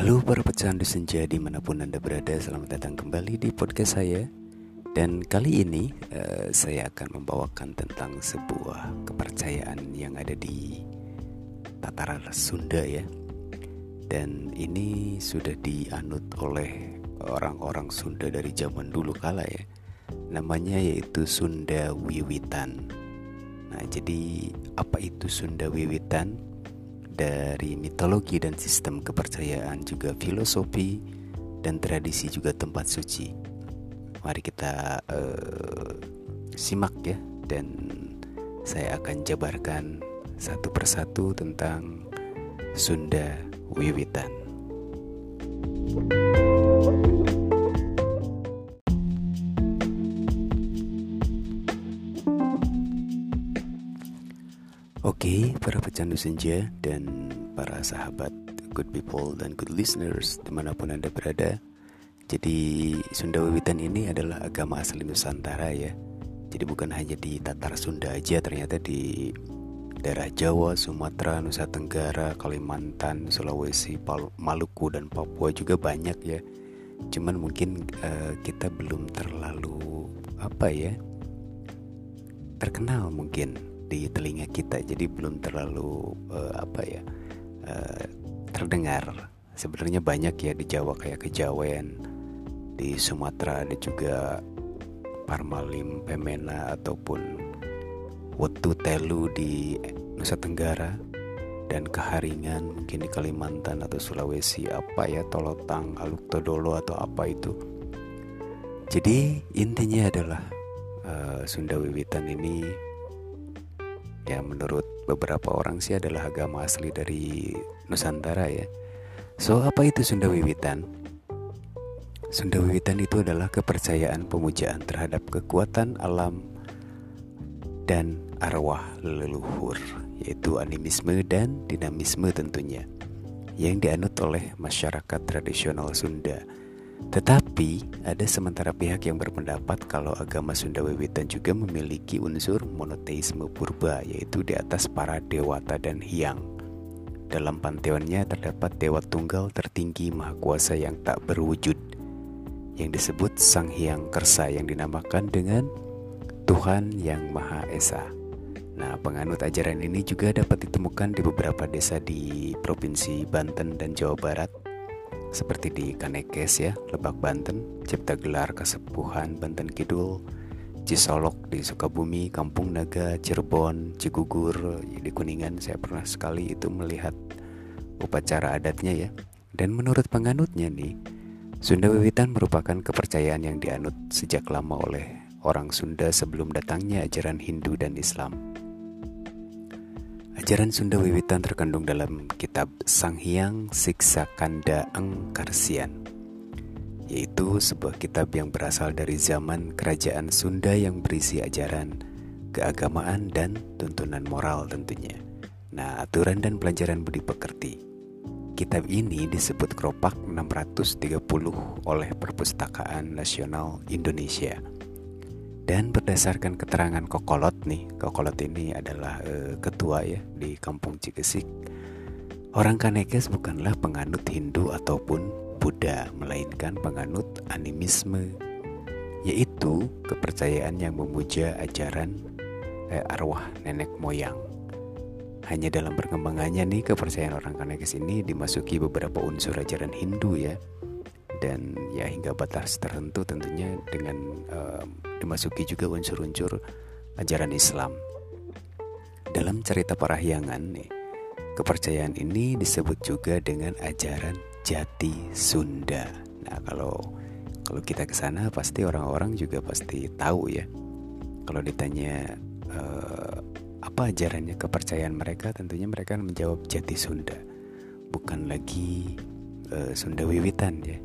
Halo para pecandu senja dimanapun Anda berada, selamat datang kembali di podcast saya. Dan kali ini saya akan membawakan tentang sebuah kepercayaan yang ada di tataran Sunda ya. Dan ini sudah dianut oleh orang-orang Sunda dari zaman dulu kala ya. Namanya yaitu Sunda Wiwitan. Nah, jadi apa itu Sunda Wiwitan? Dari mitologi dan sistem kepercayaan, juga filosofi dan tradisi, juga tempat suci. Mari kita simak ya, dan saya akan jabarkan satu persatu tentang Sunda Wiwitan. Oke, para pecandu senja dan para sahabat good people dan good listeners dimanapun Anda berada. Jadi Sunda Wiwitan ini adalah agama asli Nusantara ya. Jadi bukan hanya di Tatar Sunda aja, ternyata di daerah Jawa, Sumatera, Nusa Tenggara, Kalimantan, Sulawesi, Maluku dan Papua juga banyak ya. Cuman mungkin kita belum terlalu terkenal mungkin di telinga kita, jadi belum terlalu terdengar. Sebenarnya banyak ya di Jawa, kayak Kejawen, di Sumatera ada juga Parmalim, Pemena ataupun Wetu Telu di Nusa Tenggara, dan Keharingan mungkin di Kalimantan atau Sulawesi, Tolotang, Aluk Todolo atau apa itu. Jadi intinya adalah Sunda Wiwitan ini ya, menurut beberapa orang sih adalah agama asli dari Nusantara ya. So, apa itu Sunda Wiwitan? Sunda Wiwitan itu adalah kepercayaan pemujaan terhadap kekuatan alam dan arwah leluhur, yaitu animisme dan dinamisme tentunya, yang dianut oleh masyarakat tradisional Sunda. Tetapi ada sementara pihak yang berpendapat kalau agama Sunda Wiwitan juga memiliki unsur monoteisme purba, yaitu di atas para dewata dan hyang. Dalam panteonnya terdapat dewa tunggal tertinggi maha kuasa yang tak berwujud, yang disebut Sang Hyang Kersa, yang dinamakan dengan Tuhan yang Maha Esa. Nah, penganut ajaran ini juga dapat ditemukan di beberapa desa di Provinsi Banten dan Jawa Barat, seperti di Kanekes ya, Lebak Banten, Ciptagelar Kasepuhan Banten Kidul, Cisolok di Sukabumi, Kampung Naga, Cirebon, Cigugur di Kuningan. Saya pernah sekali itu melihat upacara adatnya ya. Dan menurut penganutnya nih, Sunda Wiwitan merupakan kepercayaan yang dianut sejak lama oleh orang Sunda sebelum datangnya ajaran Hindu dan Islam. Ajaran Sunda Wiwitan terkandung dalam kitab Sang Hyang Siksa Kanda Engkarsian, yaitu sebuah kitab yang berasal dari zaman kerajaan Sunda yang berisi ajaran, keagamaan, dan tuntunan moral tentunya. Nah, aturan dan pelajaran budi pekerti. Kitab ini disebut Kropak 630 oleh Perpustakaan Nasional Indonesia. Dan berdasarkan keterangan Kokolot nih, Kokolot ini adalah ketua ya di Kampung Cikesik, orang Kanekes bukanlah penganut Hindu ataupun Buddha, melainkan penganut animisme, yaitu kepercayaan yang memuja ajaran arwah nenek moyang. Hanya dalam perkembangannya nih, kepercayaan orang Kanekes ini dimasuki beberapa unsur ajaran Hindu ya, dan ya hingga batas tertentu tentunya dengan dimasuki juga unsur-unsur ajaran Islam. Dalam cerita Parahyangan nih, kepercayaan ini disebut juga dengan ajaran Jati Sunda. Nah, kalau kita ke sana pasti orang-orang juga pasti tahu ya. Kalau ditanya apa ajarannya, kepercayaan mereka, tentunya mereka menjawab Jati Sunda, bukan lagi Sunda Wiwitan ya.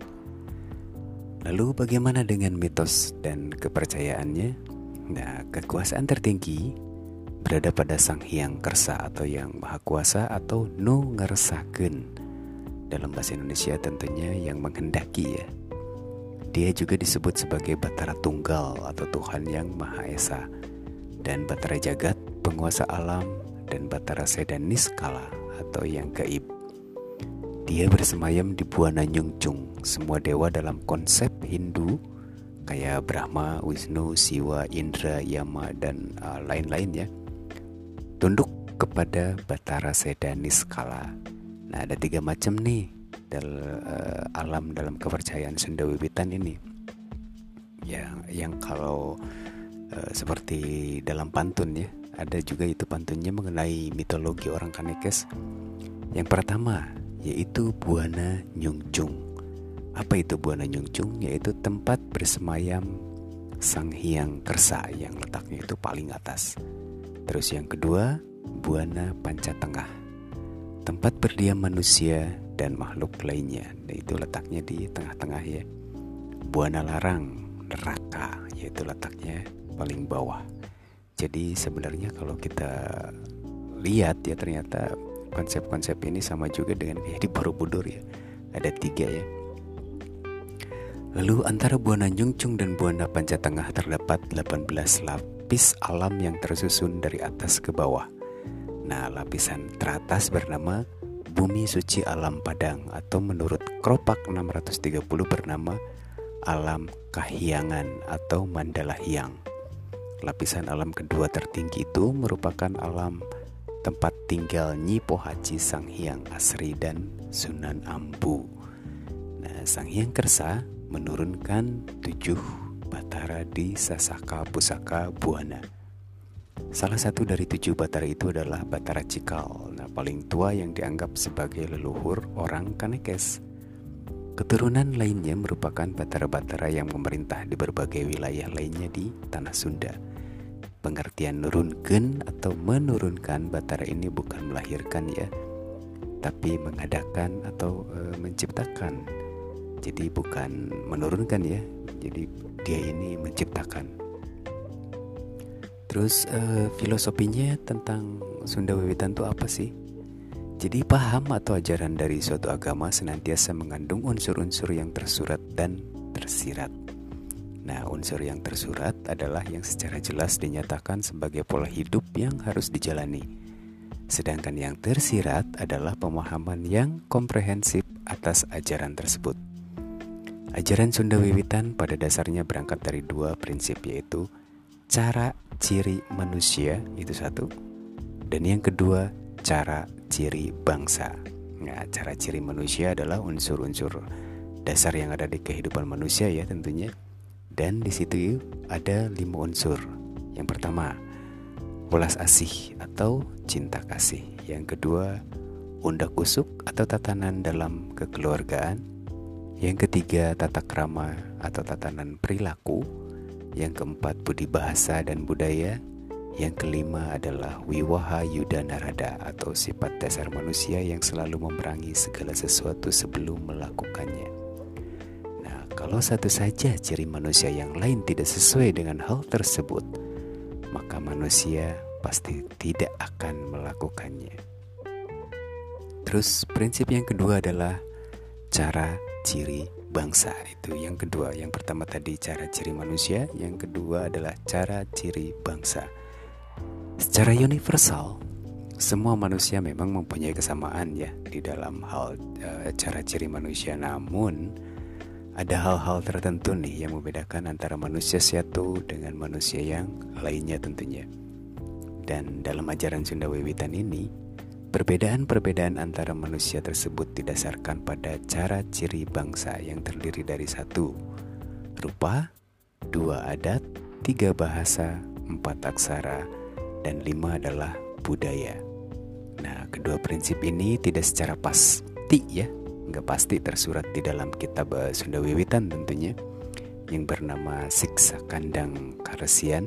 Lalu bagaimana dengan mitos dan kepercayaannya? Nah, kekuasaan tertinggi berada pada Sang Hyang Kersa atau yang Maha Kuasa, atau Nu Ngeresakeun dalam bahasa Indonesia tentunya yang menghendaki ya. Dia juga disebut sebagai Batara Tunggal atau Tuhan yang Maha Esa, dan Batara Jagat, penguasa alam, dan Batara Sedan Niskala atau yang gaib. Dia bersemayam di Buana Nyungcung, semua dewa dalam konsep Hindu kayak Brahma, Wisnu, Siwa, Indra, Yama, dan lain-lain ya, tunduk kepada Batara Seda Niskala. Nah, ada 3 macam nih alam dalam kepercayaan Sunda Wiwitan ini. Yang kalau seperti dalam pantun ya, ada juga itu pantunnya mengenai mitologi orang Kanekes. Yang pertama yaitu Buana Nyungcung. Apa itu Buana Nyungcung? Yaitu tempat bersemayam Sang Hyang Kersa yang letaknya itu paling atas. Terus yang kedua, Buana Pancatengah, tempat berdiam manusia dan makhluk lainnya. Dan itu letaknya di tengah-tengah ya. Buana Larang, neraka, yaitu letaknya paling bawah. Jadi sebenarnya kalau kita lihat ya, ternyata konsep-konsep ini sama juga dengan kayak di Borobudur ya. Ada 3 ya. Lalu antara Buana Nyungcung dan Buana Pancatengah terdapat 18 lapis alam yang tersusun dari atas ke bawah. Nah, lapisan teratas bernama Bumi Suci Alam Padang, atau menurut Kropak 630 bernama Alam Kahyangan atau Mandala Hyang. Lapisan alam kedua tertinggi itu merupakan alam tempat tinggal Nyi Pohaci Sang Hyang Asri dan Sunan Ambu. Nah, Sang Hyang Kersa menurunkan 7 batara di Sasaka Pusaka Buana. Salah satu dari 7 batara itu adalah Batara Cikal, paling tua yang dianggap sebagai leluhur orang Kanekes. Keturunan lainnya merupakan batara-batara yang memerintah di berbagai wilayah lainnya di Tanah Sunda. Pengertian nurunkan atau menurunkan batara ini bukan melahirkan ya, tapi mengadakan atau menciptakan. Jadi bukan menurunkan ya, jadi dia ini menciptakan. Terus filosofinya tentang Sunda Wiwitan itu apa sih? Jadi paham atau ajaran dari suatu agama senantiasa mengandung unsur-unsur yang tersurat dan tersirat. Nah, unsur yang tersurat adalah yang secara jelas dinyatakan sebagai pola hidup yang harus dijalani. Sedangkan yang tersirat adalah pemahaman yang komprehensif atas ajaran tersebut. Ajaran Sunda Wiwitan pada dasarnya berangkat dari 2 prinsip, yaitu cara ciri manusia, itu 1, dan yang kedua cara ciri bangsa. Nah, cara ciri manusia adalah unsur-unsur dasar yang ada di kehidupan manusia ya tentunya. Dan di situ ada 5 unsur. Yang pertama, welas asih atau cinta kasih. Yang kedua, undak usuk atau tatanan dalam kekeluargaan. Yang ketiga, tata krama atau tatanan perilaku. Yang keempat, budi bahasa dan budaya. Yang kelima adalah wiwaha yuda narada atau sifat dasar manusia yang selalu memerangi segala sesuatu sebelum melakukannya. Nah, kalau satu saja ciri manusia yang lain tidak sesuai dengan hal tersebut, maka manusia pasti tidak akan melakukannya. Terus prinsip yang kedua adalah cara ciri bangsa. Itu yang kedua. Yang pertama tadi cara ciri manusia, yang kedua adalah cara ciri bangsa. Secara universal, semua manusia memang mempunyai kesamaan ya di dalam hal cara ciri manusia. Namun ada hal-hal tertentu nih yang membedakan antara manusia satu dengan manusia yang lainnya tentunya. Dan dalam ajaran Sunda Wiwitan ini, perbedaan-perbedaan antara manusia tersebut didasarkan pada cara ciri bangsa yang terdiri dari 1 rupa, 2 adat, 3 bahasa, 4 aksara, dan 5 adalah budaya. Nah, kedua prinsip ini tidak secara pasti ya, nggak pasti tersurat di dalam kitab Sunda Wiwitan tentunya, yang bernama Siksa Kandang Karesian.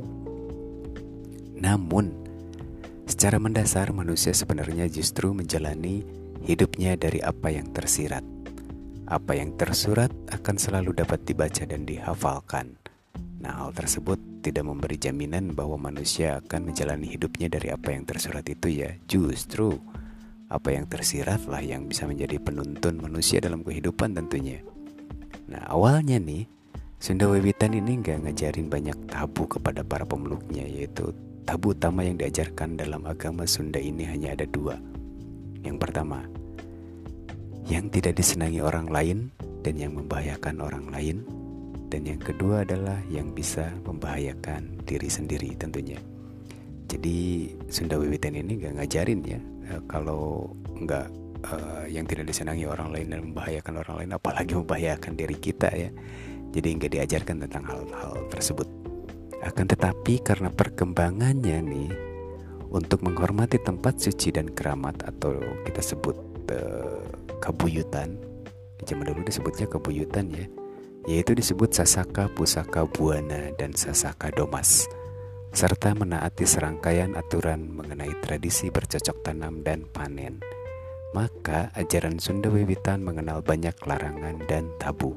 Namun secara mendasar manusia sebenarnya justru menjalani hidupnya dari apa yang tersirat. Apa yang tersurat akan selalu dapat dibaca dan dihafalkan. Nah, hal tersebut tidak memberi jaminan bahwa manusia akan menjalani hidupnya dari apa yang tersurat itu ya. Justru apa yang tersiratlah yang bisa menjadi penuntun manusia dalam kehidupan tentunya. Nah, awalnya nih Sunda Wiwitan ini gak ngajarin banyak tabu kepada para pemeluknya, yaitu tabu utama yang diajarkan dalam agama Sunda ini hanya ada 2. Yang pertama, yang tidak disenangi orang lain dan yang membahayakan orang lain, dan yang kedua adalah yang bisa membahayakan diri sendiri tentunya. Jadi Sunda Wiwitan ini gak ngajarin ya kalau nggak yang tidak disenangi orang lain dan membahayakan orang lain, apalagi membahayakan diri kita ya. Jadi nggak diajarkan tentang hal-hal tersebut. Akan tetapi karena perkembangannya nih, untuk menghormati tempat suci dan keramat atau kita sebut kabuyutan, zaman dulu disebutnya kabuyutan ya, yaitu disebut Sasaka, Pusaka, Buana, dan Sasaka Domas, serta menaati serangkaian aturan mengenai tradisi bercocok tanam dan panen. Maka ajaran Sunda Wiwitan mengenal banyak larangan dan tabu.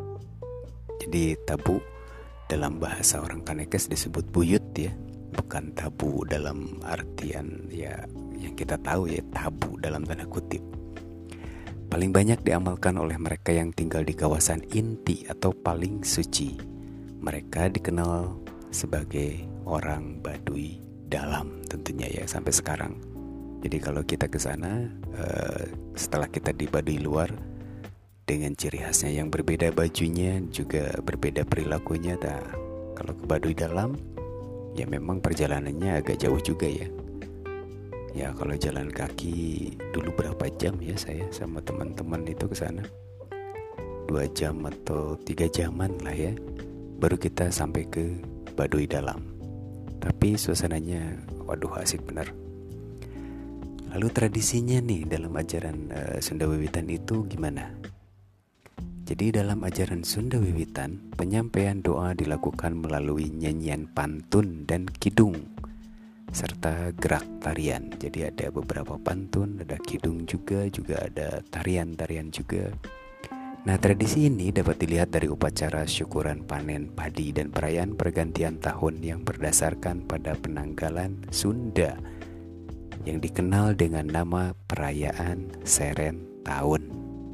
Jadi tabu dalam bahasa orang Kanekes disebut buyut ya, bukan tabu dalam artian ya yang kita tahu ya, tabu dalam tanda kutip. Paling banyak diamalkan oleh mereka yang tinggal di kawasan inti atau paling suci. Mereka dikenal sebagai orang Baduy dalam tentunya ya sampai sekarang. Jadi kalau kita ke sana setelah kita di Baduy luar dengan ciri khasnya yang berbeda bajunya, juga berbeda perilakunya. Kalau ke Baduy dalam ya memang perjalanannya agak jauh juga ya. Ya kalau jalan kaki dulu berapa jam ya saya sama teman-teman itu ke sana, 2 jam atau 3 jaman lah ya, baru kita sampai ke Baduy dalam. Tapi suasananya waduh asik bener. Lalu tradisinya nih dalam ajaran Sunda Wiwitan itu gimana? Jadi dalam ajaran Sunda Wiwitan, penyampaian doa dilakukan melalui nyanyian pantun dan kidung serta gerak tarian. Jadi ada beberapa pantun, ada kidung juga ada tarian-tarian juga. Nah, tradisi ini dapat dilihat dari upacara syukuran panen padi dan perayaan pergantian tahun yang berdasarkan pada penanggalan Sunda yang dikenal dengan nama perayaan Seren Tahun.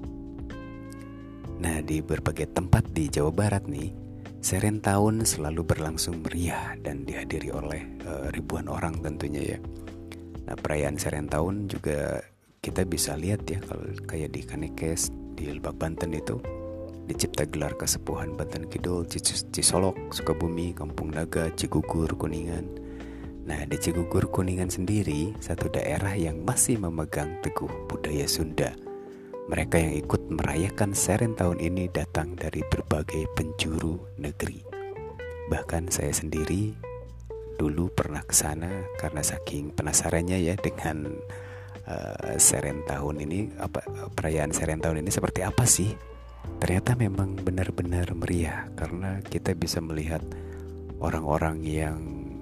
Nah, di berbagai tempat di Jawa Barat nih, Seren Tahun selalu berlangsung meriah dan dihadiri oleh ribuan orang tentunya ya. Nah, perayaan Seren Tahun juga kita bisa lihat ya, kalau kayak di Kanekes, di Lebak Banten itu, di Cipta Gelar Kesepuhan Banten Kidul, Cisolok, Sukabumi, Kampung Naga, Cigugur, Kuningan. Nah, di Cigugur, Kuningan sendiri satu daerah yang masih memegang teguh budaya Sunda. Mereka yang ikut merayakan Seren Tahun ini datang dari berbagai penjuru negeri. Bahkan saya sendiri dulu pernah ke sana karena saking penasarannya ya dengan Seren Tahun ini, perayaan Seren Tahun ini seperti apa sih? Ternyata memang benar-benar meriah karena kita bisa melihat orang-orang yang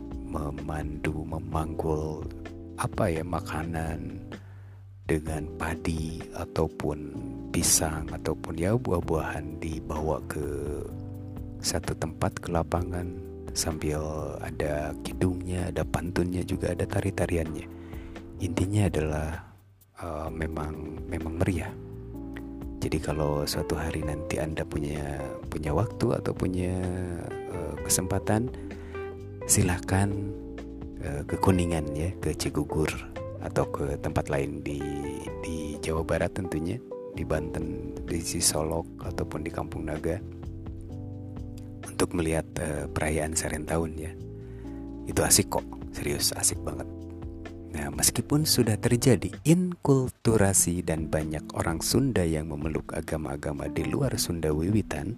memanggul makanan dengan padi ataupun pisang ataupun ya buah-buahan dibawa ke satu tempat, ke lapangan, sambil ada kidungnya, ada pantunnya, juga ada tari-tariannya. Intinya adalah memang meriah. Jadi kalau suatu hari nanti Anda punya waktu atau punya kesempatan, silakan ke Kuningan ya, ke Cigugur atau ke tempat lain di Jawa Barat tentunya, di Banten, di Cisolok ataupun di Kampung Naga, untuk melihat perayaan Seren Tahun ya. Itu asik kok, serius asik banget. Nah, meskipun sudah terjadi inkulturasi dan banyak orang Sunda yang memeluk agama-agama di luar Sunda Wiwitan,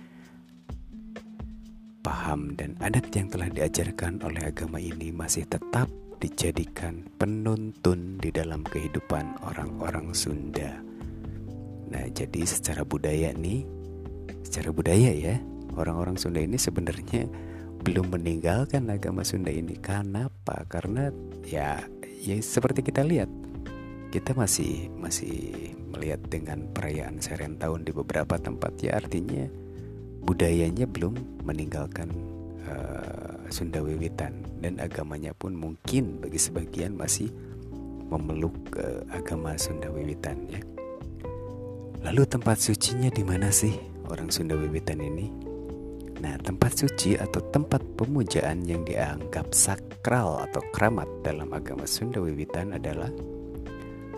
paham dan adat yang telah diajarkan oleh agama ini masih tetap dijadikan penuntun di dalam kehidupan orang-orang Sunda. Nah, jadi secara budaya ya, orang-orang Sunda ini sebenarnya belum meninggalkan agama Sunda ini. Kenapa? Karena ya seperti kita lihat, kita masih melihat dengan perayaan Seren Tahun di beberapa tempat ya, artinya budayanya belum meninggalkan Sunda Wiwitan, dan agamanya pun mungkin bagi sebagian masih memeluk agama Sunda Wiwitan ya. Lalu tempat sucinya di mana sih orang Sunda Wiwitan ini? Nah, tempat suci atau tempat pemujaan yang dianggap sakral atau keramat dalam agama Sunda Wiwitan adalah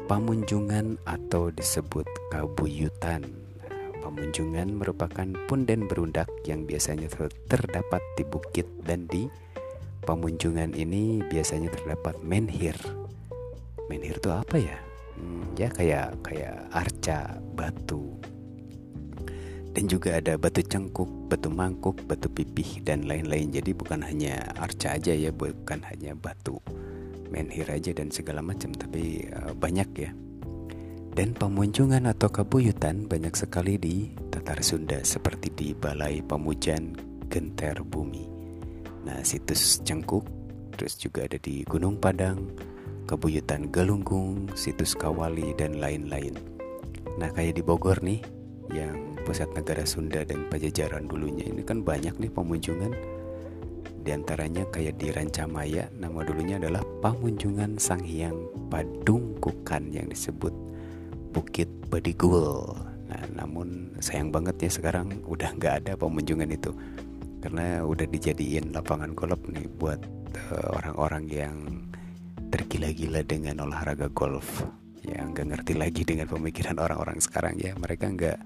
Pamunjungan atau disebut kabuyutan. Pamunjungan merupakan punden berundak yang biasanya terdapat di bukit, dan di Pamunjungan ini biasanya terdapat menhir. Menhir itu apa ya? Ya kayak arca batu. Dan juga ada batu cengkuk, batu mangkuk, batu pipih, dan lain-lain. Jadi bukan hanya arca aja ya, bukan hanya batu menhir aja dan segala macam, tapi banyak ya. Dan pamunjungan atau kabuyutan banyak sekali di Tatar Sunda, seperti di Balai Pamujan Genter Bumi. Nah, situs Cengkuk, terus juga ada di Gunung Padang, Kabuyutan Galunggung, situs Kawali, dan lain-lain. Nah, kayak di Bogor nih, yang pusat negara Sunda dan Pajajaran dulunya, ini kan banyak nih pamunjungan. Di antaranya kayak di Rancamaya, nama dulunya adalah Pamunjungan Sang Hyang Padungkukan yang disebut Bukit Badigul. Nah, namun sayang banget ya sekarang udah nggak ada pamunjungan itu, karena udah dijadiin lapangan golf nih buat orang-orang yang tergila-gila dengan olahraga golf, yang nggak ngerti lagi dengan pemikiran orang-orang sekarang ya. Mereka nggak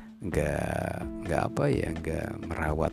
merawat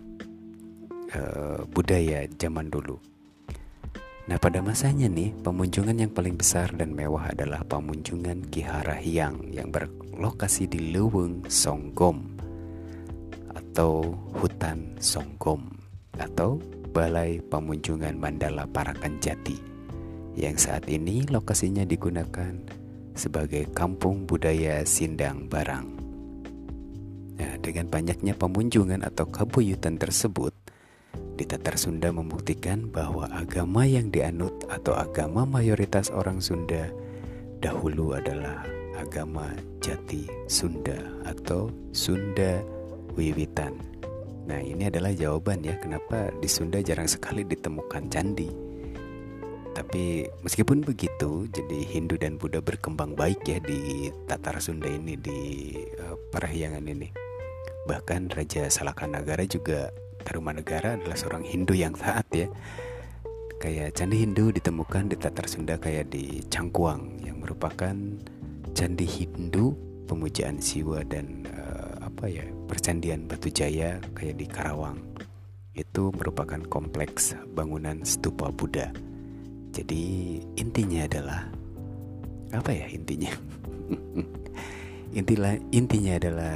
budaya zaman dulu. Nah, pada masanya nih, pamunjungan yang paling besar dan mewah adalah Pamunjungan Ki Harahyang yang berlokasi di Leuweung Songgom atau Hutan Songgom, atau Balai Pamunjungan Mandala Parakan Jati, yang saat ini lokasinya digunakan sebagai Kampung Budaya Sindang Barang. Nah, dengan banyaknya pamunjungan atau kabuyutan tersebut, di Tatar Sunda membuktikan bahwa agama yang dianut atau agama mayoritas orang Sunda dahulu adalah agama Jati Sunda atau Sunda Wiwitan. Nah, ini adalah jawaban ya kenapa di Sunda jarang sekali ditemukan candi. Tapi meskipun begitu, jadi Hindu dan Buddha berkembang baik ya di Tatar Sunda ini, di Parahyangan ini. Bahkan Raja Salakanagara juga Tarumanegara adalah seorang Hindu yang taat ya. Kayak candi Hindu ditemukan di Tatar Sunda kayak di Cangkuang, yang merupakan candi Hindu pemujaan Siwa, dan percandian Batu Jaya kayak di Karawang. Itu merupakan kompleks bangunan stupa Buddha. Jadi intinya adalah apa ya intinya? Intinya adalah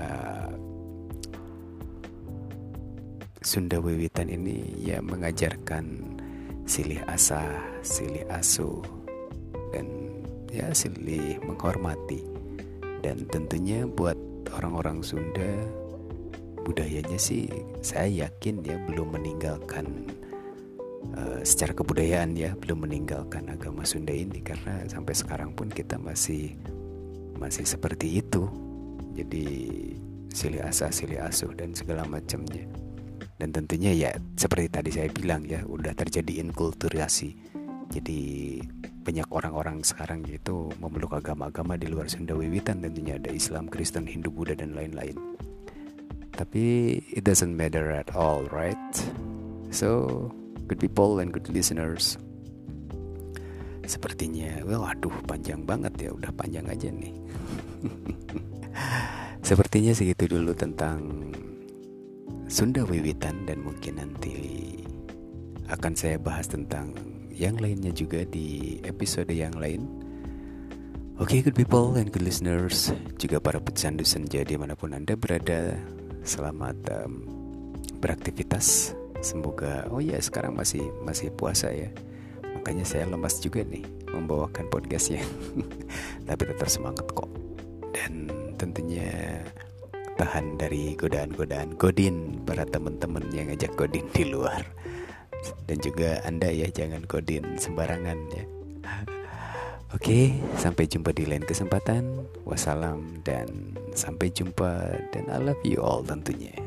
Sunda Wiwitan ini ya mengajarkan silih asah, silih asuh, dan ya silih menghormati. Dan tentunya buat orang-orang Sunda, budayanya sih saya yakin ya belum meninggalkan secara kebudayaan ya, belum meninggalkan agama Sunda ini, karena sampai sekarang pun kita masih seperti itu. Jadi silih asah, silih asuh, dan segala macamnya. Dan tentunya ya seperti tadi saya bilang ya, udah terjadi inkulturasi. Jadi banyak orang-orang sekarang itu memeluk agama-agama di luar Sunda Wiwitan. Tentunya ada Islam, Kristen, Hindu, Buddha, dan lain-lain. Tapi it doesn't matter at all, right? So good people and good listeners, sepertinya panjang banget ya, udah panjang aja nih. Sepertinya segitu dulu tentang Sunda Wiwitan, dan mungkin nanti akan saya bahas tentang yang lainnya juga di episode yang lain. Oke, good people and good listeners, juga para pecandu senja dimanapun Anda berada, selamat beraktivitas. Semoga, sekarang masih puasa ya, makanya saya lemas juga nih membawakan podcastnya. Tapi tetap semangat kok, dan tentunya tahan dari godaan-godaan godin para teman-teman yang ngajak godin di luar. Dan juga Anda ya jangan godin sembarangan ya. Oke, sampai jumpa di lain kesempatan. Wassalam dan sampai jumpa, dan I love you all tentunya.